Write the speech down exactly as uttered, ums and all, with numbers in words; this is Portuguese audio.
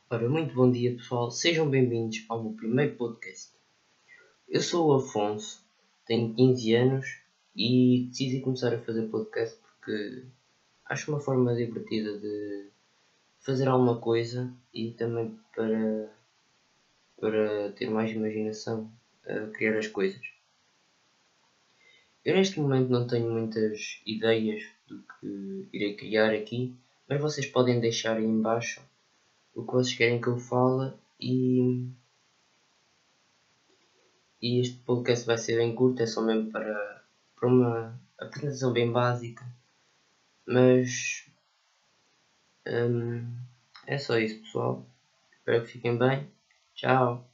Ora, muito bom dia pessoal, sejam bem-vindos ao meu primeiro podcast. Eu sou o Afonso, tenho quinze anos e decidi começar a fazer podcast porque acho uma forma divertida de fazer alguma coisa e também para, para ter mais imaginação a criar as coisas. Eu neste momento não tenho muitas ideias do que irei criar aqui, mas vocês podem deixar aí em baixo o que vocês querem que eu fale e E este podcast vai ser bem curto, é só mesmo para, para uma apresentação bem básica. Mas hum, é só isso, pessoal. Espero que fiquem bem. Tchau.